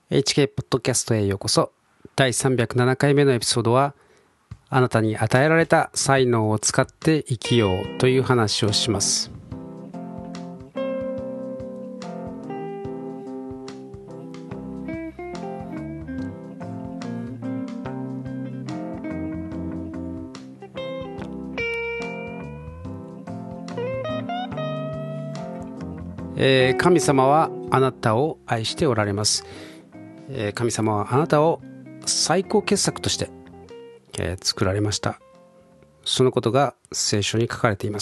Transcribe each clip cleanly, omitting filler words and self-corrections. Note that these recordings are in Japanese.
HK ポッドキャストへようこそ。第307回目のエピソードは、あなたに与えられた才能を使って生きようという話をします。神様はあなたを愛しておられます。神様はあなたを最高傑作として、作られました。そのことが聖書に書かれています。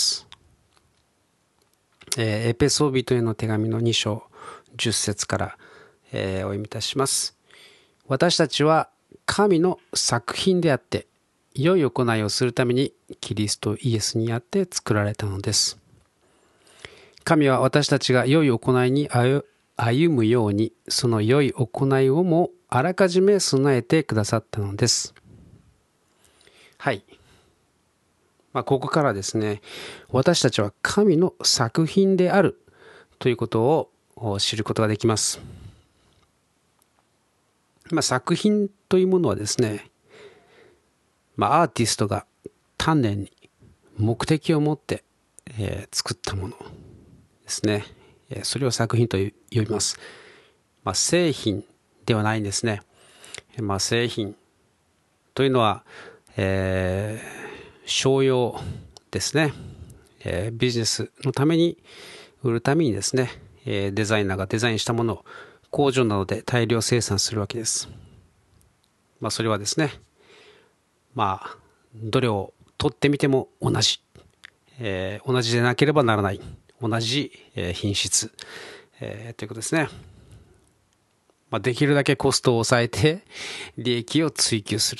エペソビトへの手紙の2章10節から、お読みいたします。私たちは神の作品であって、良い行いをするためにキリストイエスにあって作られたのです。神は私たちが良い行いに歩むように、その良い行いをもあらかじめ備えてくださったのです。はい。ここからですね、私たちは神の作品であるということを知ることができます。作品というものはですね、アーティストが丹念に目的を持って、作ったものですね。それを作品と呼びます。製品ではないんですね。製品というのは、商用ですね。ビジネスのために売るためにですね、デザイナーがデザインしたものを工場などで大量生産するわけです。それはですね、どれを取ってみても同じ、同じでなければならない、同じ品質、ということですね。できるだけコストを抑えて利益を追求する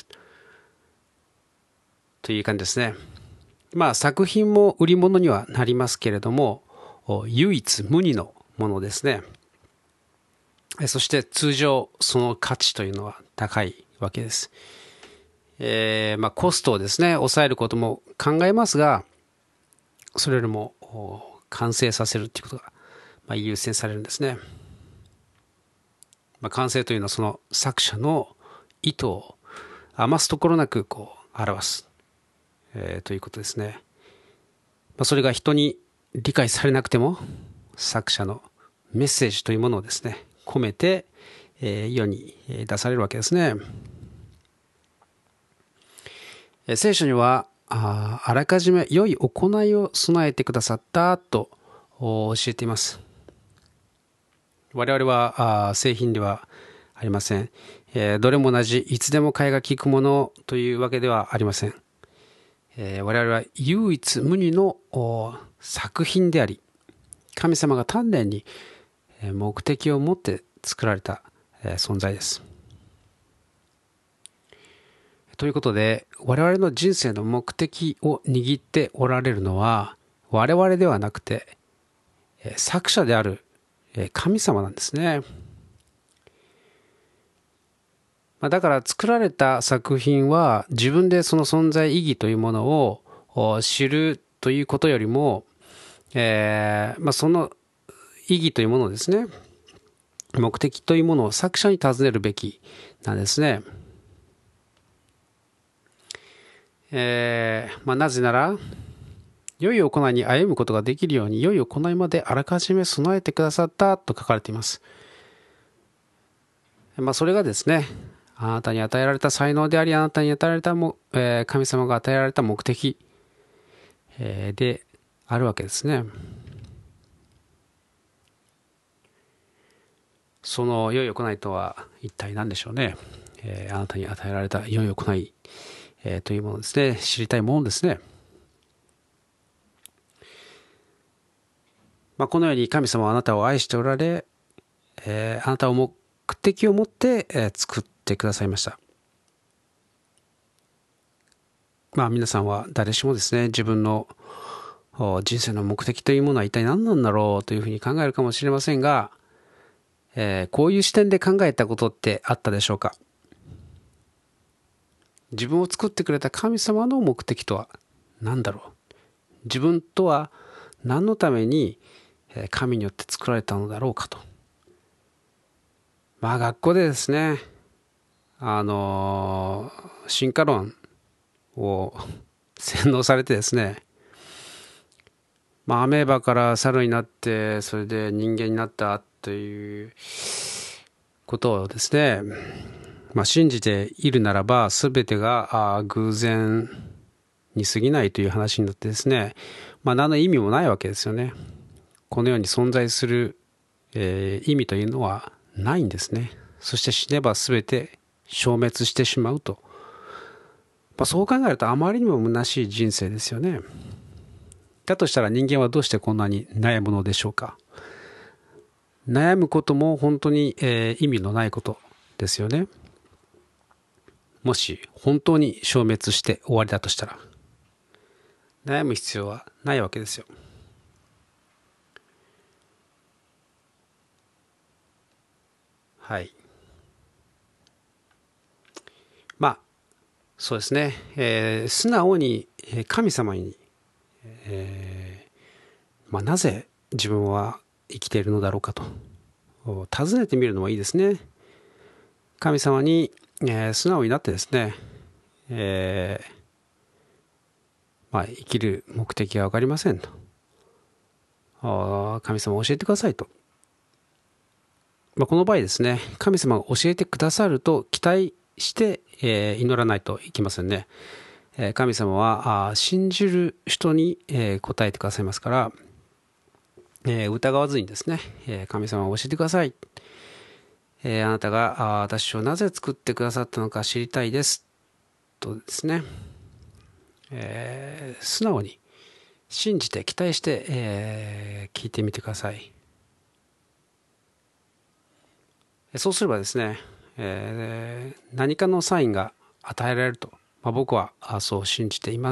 という感じですね。作品も売り物にはなりますけれども、唯一無二のものですね。そして通常その価値というのは高いわけです。コストをですね抑えることも考えますが、それよりも完成させるということが優先されるんですね。完成というのはその作者の意図を余すところなく表す、ということですね。それが人に理解されなくても作者のメッセージというものをですね込めて、世に出されるわけですね。聖書にはあらかじめ良い行いを備えてくださったと教えています。我々は製品ではありません。どれも同じいつでも替えが利くものというわけではありません。我々は唯一無二の作品であり、神様が丹念に目的を持って作られた存在です。ということで、我々の人生の目的を握っておられるのは我々ではなくて作者である神様なんですね。だから作られた作品は自分でその存在意義というものを知るということよりも、その意義というものをですね、目的というものを作者に尋ねるべきなんですね。なぜなら良い行いに歩むことができるように良い行いまであらかじめ備えてくださったと書かれています。それがですね、あなたに与えられた才能であり、あなたに与えられた神様が与えられた目的、であるわけですね。その良い行いとは一体何でしょうね。あなたに与えられた良い行い、というものですね。知りたいものですね。このように神様はあなたを愛しておられ、あなたを目的を持って、作ってくださいました。皆さんは誰しもですね、自分の人生の目的というものは一体何なんだろうというふうに考えるかもしれませんが、こういう視点で考えたことってあったでしょうか。自分を作ってくれた神様の目的とは何だろう。自分とは何のために神によって作られたのだろうかと。 学校でですね、進化論を洗脳されてですね、アメーバから猿になって、それで人間になったということをですね、信じているならば、すべてが偶然に過ぎないという話になってですね、何の意味もないわけですよね。このように存在する、意味というのはないんですね。そして死ねばすべて消滅してしまうと。そう考えるとあまりにも虚しい人生ですよね。だとしたら人間はどうしてこんなに悩むのでしょうか。悩むことも本当に、意味のないことですよね。もし本当に消滅して終わりだとしたら悩む必要はないわけですよ。はい。そうですね。素直に神様に、なぜ自分は生きているのだろうかと尋ねてみるのもいいですね。神様に、素直になってですね、生きる目的が分かりませんと。神様教えてくださいと。この場合ですね、神様が教えてくださると期待して、祈らないといけませんね。神様は信じる人に、答えてくださいますから、疑わずにですね、神様を教えてください。あなたが私をなぜ作ってくださったのか知りたいですとですね、素直に信じて期待して、聞いてみてください。そうすればですね、何かのサインが与えられると、僕はそう信じています。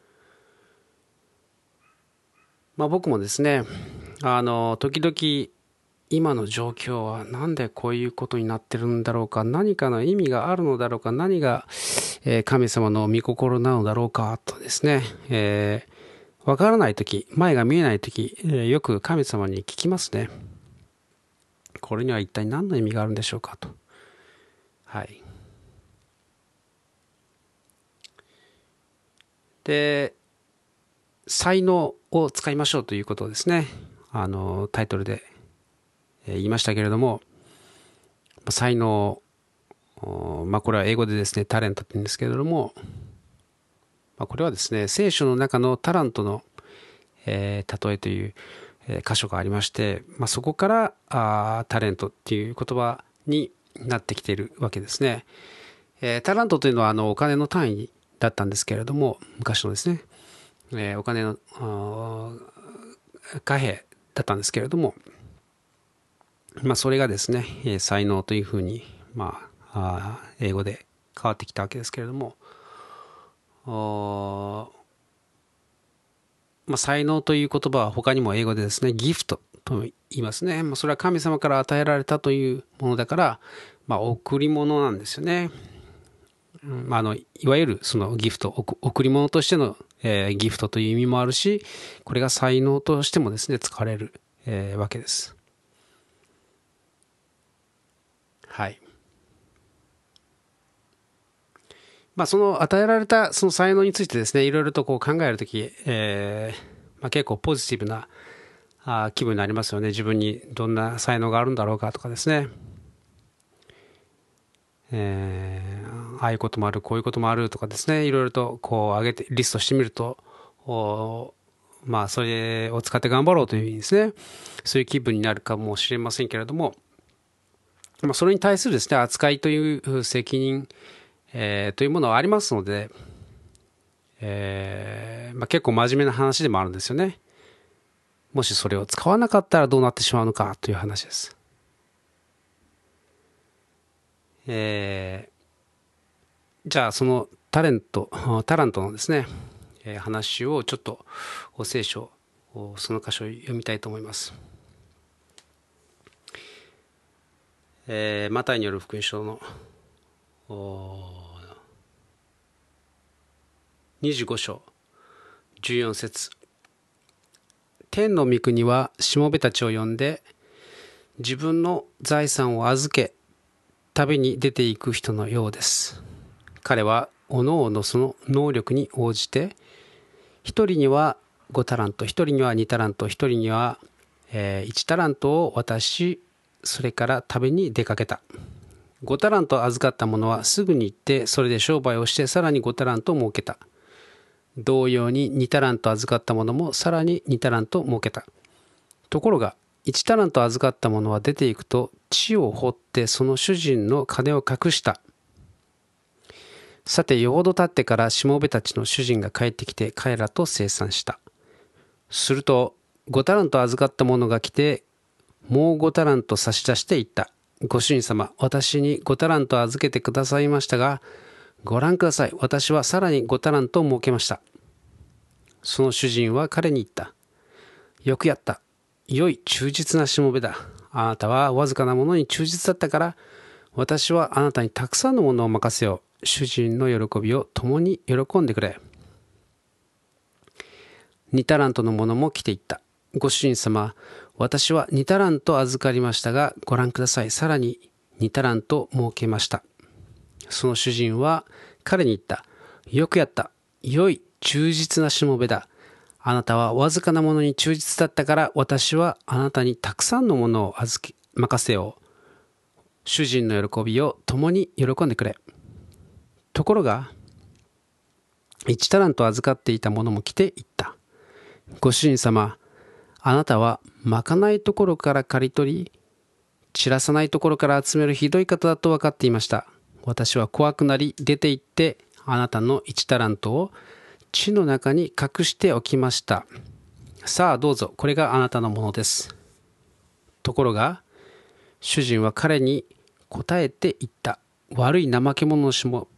僕もですね、時々今の状況はなんでこういうことになってるんだろうか、何かの意味があるのだろうか、何が神様の御心なのだろうかとですね、わからないとき、前が見えないとき、よく神様に聞きますね。これには一体何の意味があるんでしょうかと。はい。で、才能を使いましょうということをですね、タイトルで言いましたけれども、才能、これは英語でですね、タレントって言うんですけれども、これはですね、聖書の中のタラントの、例えという箇所がありまして、そこからタレントっていう言葉になってきているわけですね。タラントというのはお金の単位だったんですけれども、昔のですね、お金の貨幣だったんですけれども、それがですね、才能というふうに、英語で変わってきたわけですけれども、才能という言葉は他にも英語でですね、ギフトと言いますね。それは神様から与えられたというものだから、贈り物なんですよね。いわゆるそのギフト、贈り物としての、ギフトという意味もあるし、これが才能としてもですね、使われる、わけです。はい。その与えられたその才能についてですね、いろいろとこう考えるとき、結構ポジティブな気分になりますよね。自分にどんな才能があるんだろうかとかですね。ああいうこともある、こういうこともあるとかですね、いろいろとこう上げてリストしてみると、それを使って頑張ろうというふうにですね、そういう気分になるかもしれませんけれども、それに対するですね、扱いという責任、というものはありますので、結構真面目な話でもあるんですよね。もしそれを使わなかったらどうなってしまうのかという話です。じゃあそのタラントのですね、話をちょっと聖書その箇所を読みたいと思います。マタイによる福音書の25章14節、天の御国はしもべたちを呼んで自分の財産を預け旅に出ていく人のようです。彼はおのおのその能力に応じて、一人には5タラント、一人には2タラント、一人には1タラントを渡し、それから旅に出かけた。5タラント預かった者はすぐに行ってそれで商売をしてさらに5タラントを儲けた。同様に2タラント預かった者もさらに2タラント儲けた。ところが1タラント預かった者は出ていくと地を掘ってその主人の金を隠した。さてよほど経ってからしもべたちの主人が帰ってきて彼らと清算した。すると5タラント預かった者が来てもう5タラント差し出して言った。ご主人様、私に5タラント預けてくださいましたが、ご覧ください。私はさらに5タラントを儲けました。その主人は彼に言った。よくやった。良い忠実なしもべだ。あなたはわずかなものに忠実だったから、私はあなたにたくさんのものを任せよう。主人の喜びを共に喜んでくれ。2タラントの者も来ていった。ご主人様、私は2タラント預かりましたが、ご覧ください。さらに2タラント儲けました。その主人は彼に言った。よくやった。良い忠実なしもべだ。あなたはわずかなものに忠実だったから、私はあなたにたくさんのものを任せよう。主人の喜びを共に喜んでくれ。ところが、1タラント預かっていた者も来て言った。ご主人様、あなたはまかないところから刈り取り、散らさないところから集めるひどい方だと分かっていました。私は怖くなり出て行って、あなたの1タラントを地の中に隠しておきました。さあどうぞ、これがあなたのものです。ところが、主人は彼に答えて言った。悪い怠け者のしも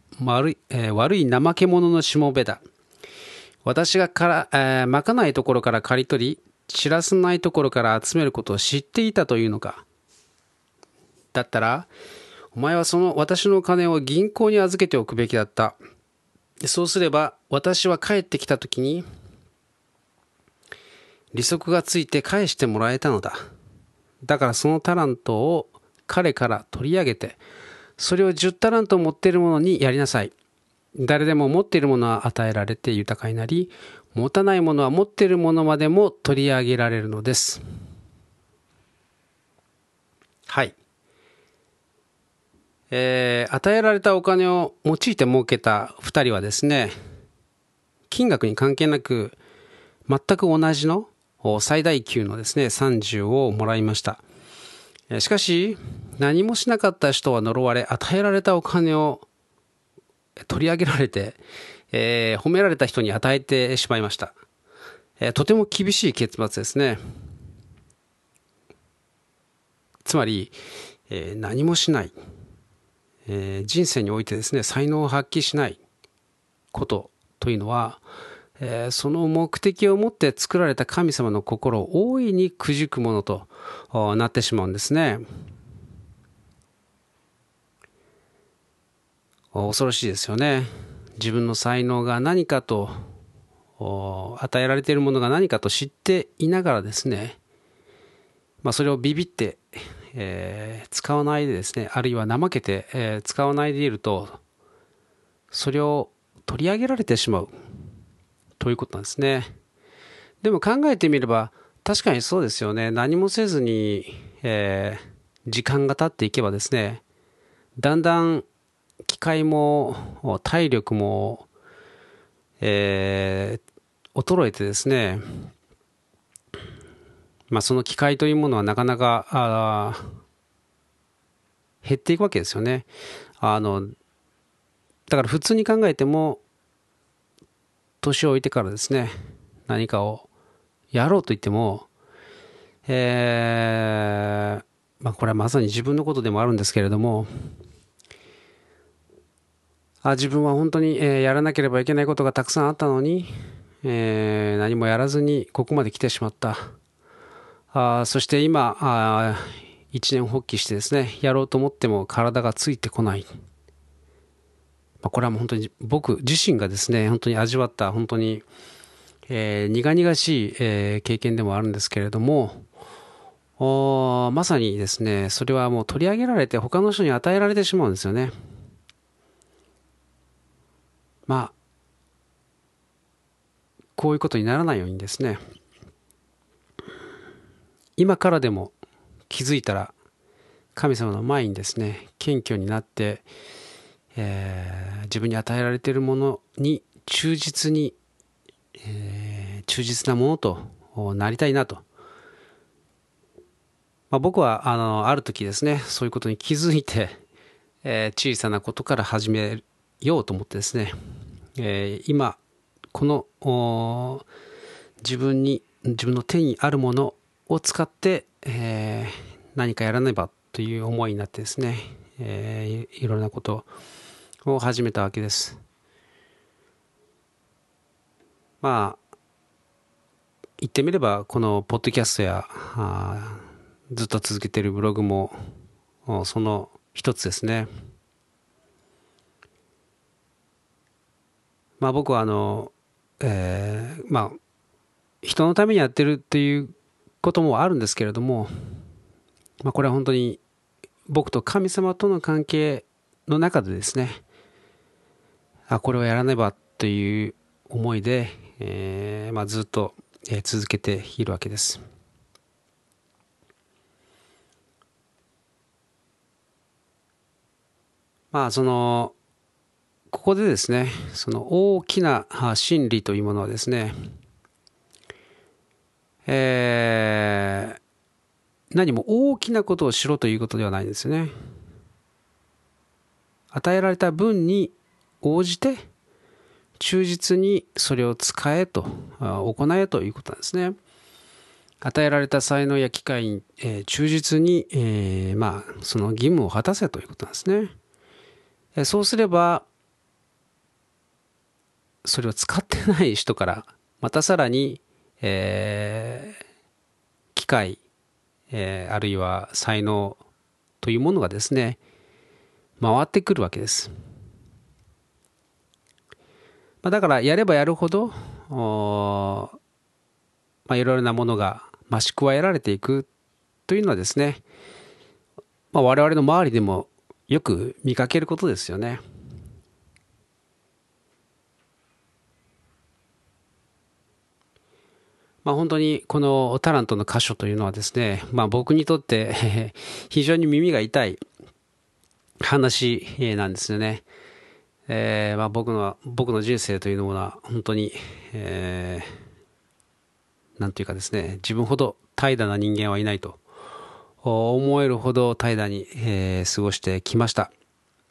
べだ。私がまかないところから刈り取り、散らさないところから集めることを知っていたというのか。だったら、お前はその私の金を銀行に預けておくべきだった。そうすれば、私は帰ってきたときに、利息がついて返してもらえたのだ。だからそのタラントを彼から取り上げて、それを10タラント持っている者にやりなさい。誰でも持っているものは与えられて豊かになり、持たないものは持っているものまでも取り上げられるのです。はい。与えられたお金を用いて儲けた2人はですね、金額に関係なく全く同じの最大級のですね30をもらいました。しかし何もしなかった人は呪われ、与えられたお金を取り上げられて、褒められた人に与えてしまいました。とても厳しい結末ですね。つまり、何もしない、人生においてですね才能を発揮しないことというのは、その目的を持って作られた神様の心を大いにくじくものとなってしまうんですね。恐ろしいですよね。自分の才能が何かと与えられているものが何かと知っていながらですね、それをビビって、使わないでですね、あるいは怠けて、使わないでいると、それを取り上げられてしまうということなんですね。でも考えてみれば確かにそうですよね。何もせずに、時間が経っていけばですね、だんだん機械も体力も、衰えてですね、その機会というものはなかなか減っていくわけですよね。だから普通に考えても年を置いてからですね、何かをやろうと言っても、これはまさに自分のことでもあるんですけれども、自分は本当に、やらなければいけないことがたくさんあったのに、何もやらずにここまで来てしまった。そして今一年発起してですね、やろうと思っても体がついてこない。これはもう本当に僕自身がですね、本当に味わった本当に、苦々しい、経験でもあるんですけれども、 まさにですね、それはもう取り上げられて他の人に与えられてしまうんですよね。まあ、こういうことにならないようにですね、今からでも気づいたら神様の前にですね、謙虚になって、自分に与えられているものに忠実に、忠実なものとなりたいなと。僕はある時ですね、そういうことに気づいて、小さなことから始めようと思ってですね、今この自分の手にあるものを使って、何かやらねばという思いになってですね、いろんなことを始めたわけです。言ってみればこのポッドキャストやずっと続けているブログもその一つですね。僕は人のためにやってるっていうこともあるんですけれども、これは本当に僕と神様との関係の中でですね、これをやらねばという思いで、ずっと続けているわけです。ここでですね、その大きな真理というものはですね、何も大きなことをしろということではないんですよね。与えられた分に応じて忠実にそれを使えと行えということなんですね。与えられた才能や機会に、忠実に、その義務を果たせということなんですね。そうすればそれを使ってない人からまたさらに、機会、あるいは才能というものがですね回ってくるわけです。だからやればやるほどいろいろなものが増し加えられていくというのはですね、我々の周りでもよく見かけることですよね。本当にこのタラントの箇所というのはですね、僕にとって非常に耳が痛い話なんですよね。僕の人生というものは本当に、なんていうかですね、自分ほど怠惰な人間はいないと思えるほど怠惰に、過ごしてきました。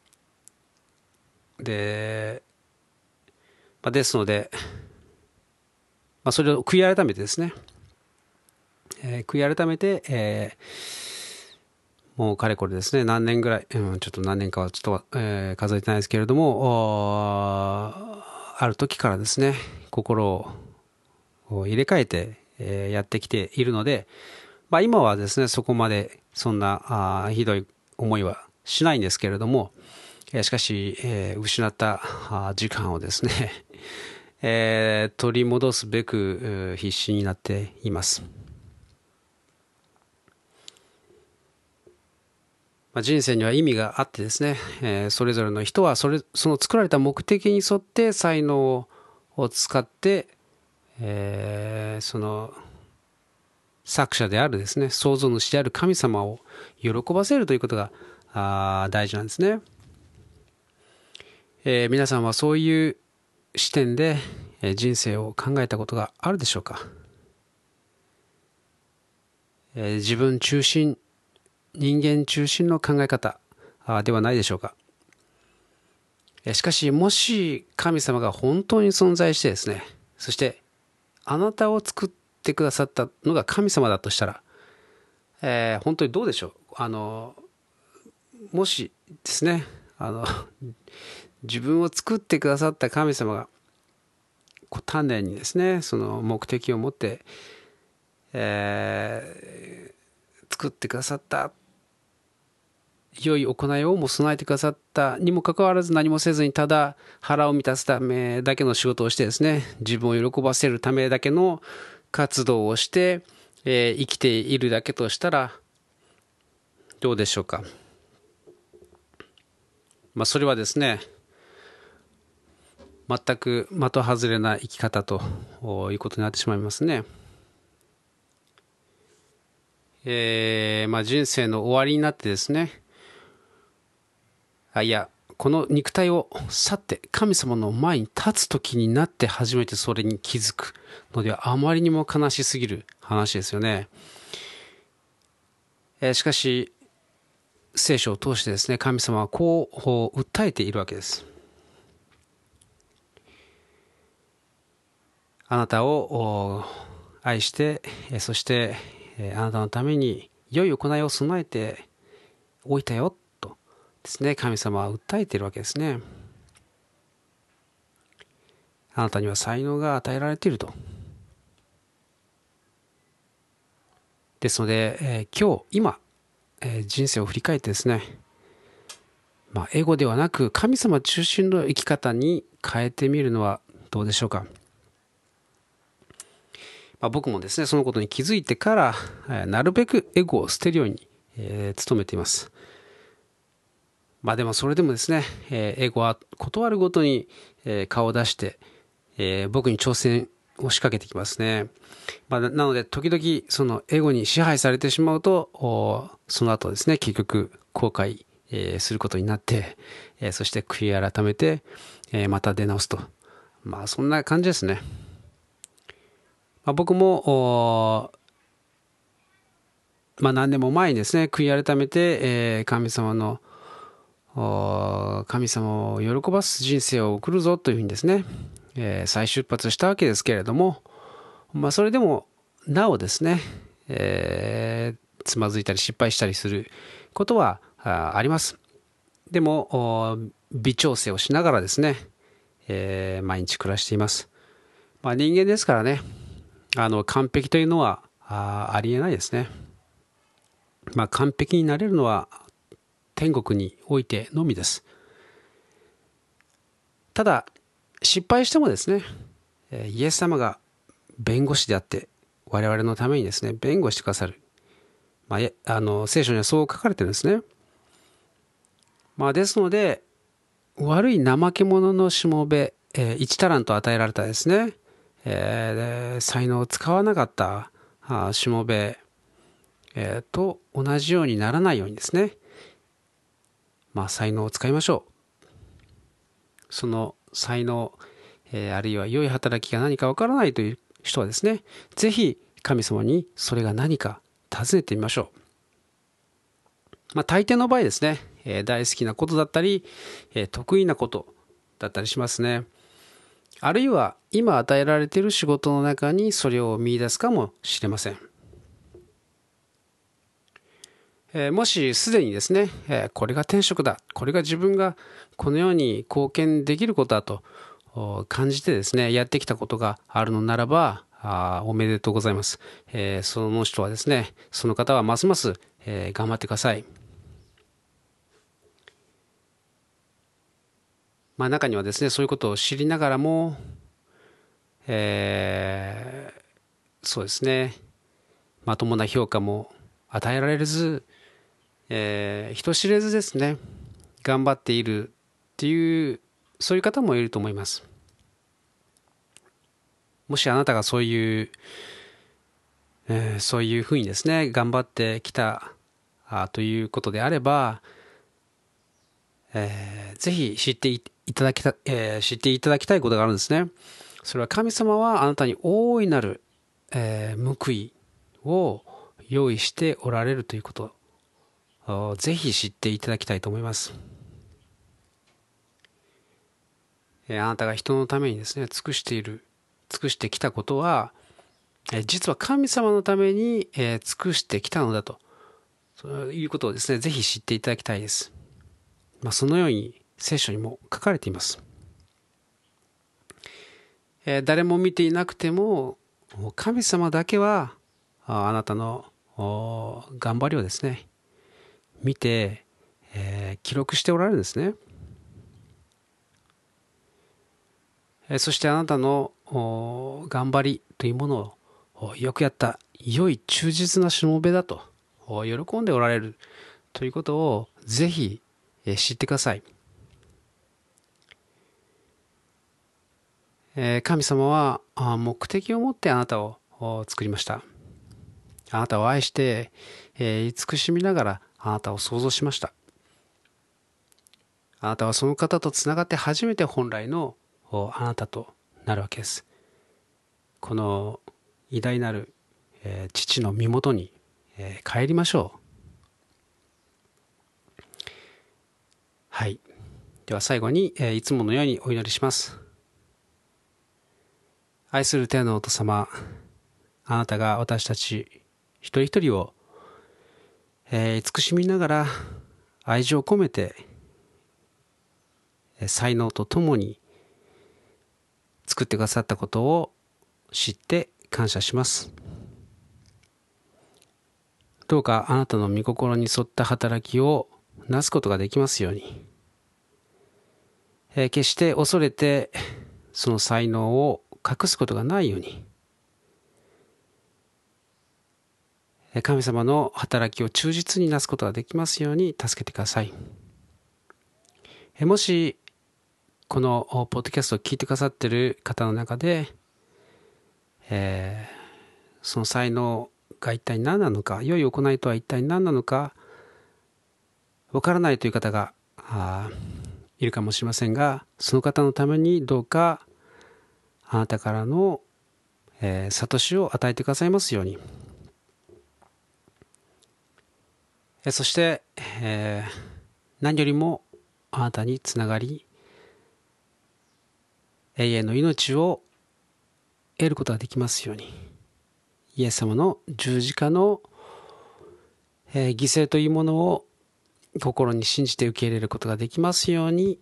ですので、それを悔い改めてですね、悔い改めて、もうかれこれですね、何年ぐらい、ちょっと何年かはちょっと、数えてないですけれども、ある時からですね、心を入れ替えて、やってきているので、今はですね、そこまでそんなひどい思いはしないんですけれども、しかし、失った時間をですね、取り戻すべく必死になっています。人生には意味があってですね、それぞれの人はその作られた目的に沿って才能を使って、その作者であるですね、創造主である神様を喜ばせるということが大事なんですね。皆さんはそういう視点で人生を考えたことがあるでしょうか。自分中心、人間中心の考え方ではないでしょうか。しかしもし神様が本当に存在してですね、そしてあなたを作ってくださったのが神様だとしたら、本当にどうでしょう。もしですね、自分を作ってくださった神様が丹念にですね、その目的を持って、作ってくださった、良い行いをも備えてくださったにもかかわらず何もせずにただ腹を満たすためだけの仕事をしてですね、自分を喜ばせるためだけの活動をして、 生きているだけとしたらどうでしょうか。それはですね、全く的外れな生き方ということになってしまいますね。人生の終わりになってですね、この肉体を去って神様の前に立つ時になって初めてそれに気づくのではあまりにも悲しすぎる話ですよね。しかし聖書を通してですね、神様はこう訴えているわけです。あなたを愛して、そしてあなたのために良い行いを備えておいたよとですね、神様は訴えているわけですね。あなたには才能が与えられていると。ですので、今、人生を振り返ってですね、エゴではなく神様中心の生き方に変えてみるのはどうでしょうか。僕もですね、そのことに気づいてから、なるべくエゴを捨てるように、努めています。でもそれでもですね、エゴは断るごとに、顔を出して、僕に挑戦を仕掛けてきますね。なので時々そのエゴに支配されてしまうと、その後ですね、結局後悔、することになって、そして悔い改めて、また出直すと。そんな感じですね。僕も何年も前にですね、悔い改めて、神様を喜ばす人生を送るぞというふうにですね、再出発したわけですけれども、それでもなおですね、つまずいたり失敗したりすることはあります。でも微調整をしながらですね、毎日暮らしています。人間ですからね、完璧というのはありえないですね。完璧になれるのは天国においてのみです。ただ失敗してもですね、イエス様が弁護士であって我々のためにですね、弁護してくださる、聖書にはそう書かれてるんですね。ですので悪い怠け者のしもべ、1タラント与えられたですね、才能を使わなかったしもべ、と同じようにならないようにですね、才能を使いましょう。その才能、あるいは良い働きが何かわからないという人はですね、ぜひ神様にそれが何か尋ねてみましょう。大抵の場合ですね、大好きなことだったり、得意なことだったりしますね。あるいは今与えられている仕事の中にそれを見出すかもしれません。もしすでにですね、これが天職だ、これが自分がこのように貢献できることだと感じてですね、やってきたことがあるのならば、おめでとうございます。その人はですね、その方はますます、頑張ってください。中にはですね、そういうことを知りながらも、そうですね、まともな評価も与えられず、人知れずですね、頑張っているっていう、そういう方もいると思います。もしあなたがそういう、そういうふうにですね、頑張ってきたということであれば、ぜひ知っていただきたいことがあるんですね。それは神様はあなたに大いなる、報いを用意しておられるということをぜひ知っていただきたいと思います。あなたが人のためにですね、尽くしてきたことは、実は神様のために尽くしてきたのだと、そういうことをですね、ぜひ知っていただきたいです。そのように聖書にも書かれています。誰も見ていなくても神様だけはあなたの頑張りをですね見て、記録しておられるんですね。そしてあなたの頑張りというものよくやった、良い忠実なしもべだと喜んでおられるということをぜひ知ってください。神様は目的を持ってあなたを作りました。あなたを愛して慈しみながらあなたを創造しました。あなたはその方とつながって初めて本来のあなたとなるわけです。この偉大なる父の身元に帰りましょう。はい。では最後にいつものようにお祈りします。愛する天のお父様、あなたが私たち一人一人を慈しみながら愛情を込めて才能とともに作ってくださったことを知って感謝します。どうかあなたの御心に沿った働きをなすことができますように、決して恐れてその才能を隠すことがないように、神様の働きを忠実になすことができますように助けてください。もしこのポッドキャストを聞いてくださっている方の中で、その才能が一体何なのか、良い行いとは一体何なのかわからないという方がいるかもしれませんが、その方のためにどうかあなたからの悟しを与えてくださいますように。そして、何よりもあなたにつながり、永遠の命を得ることができますように、イエス様の十字架の、犠牲というものを心に信じて受け入れることができますように、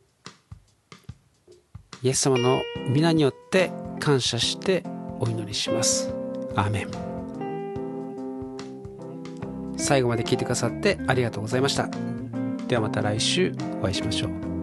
イエス様の皆によって感謝してお祈りします。アーメン。最後まで聞いてくださってありがとうございました。ではまた来週お会いしましょう。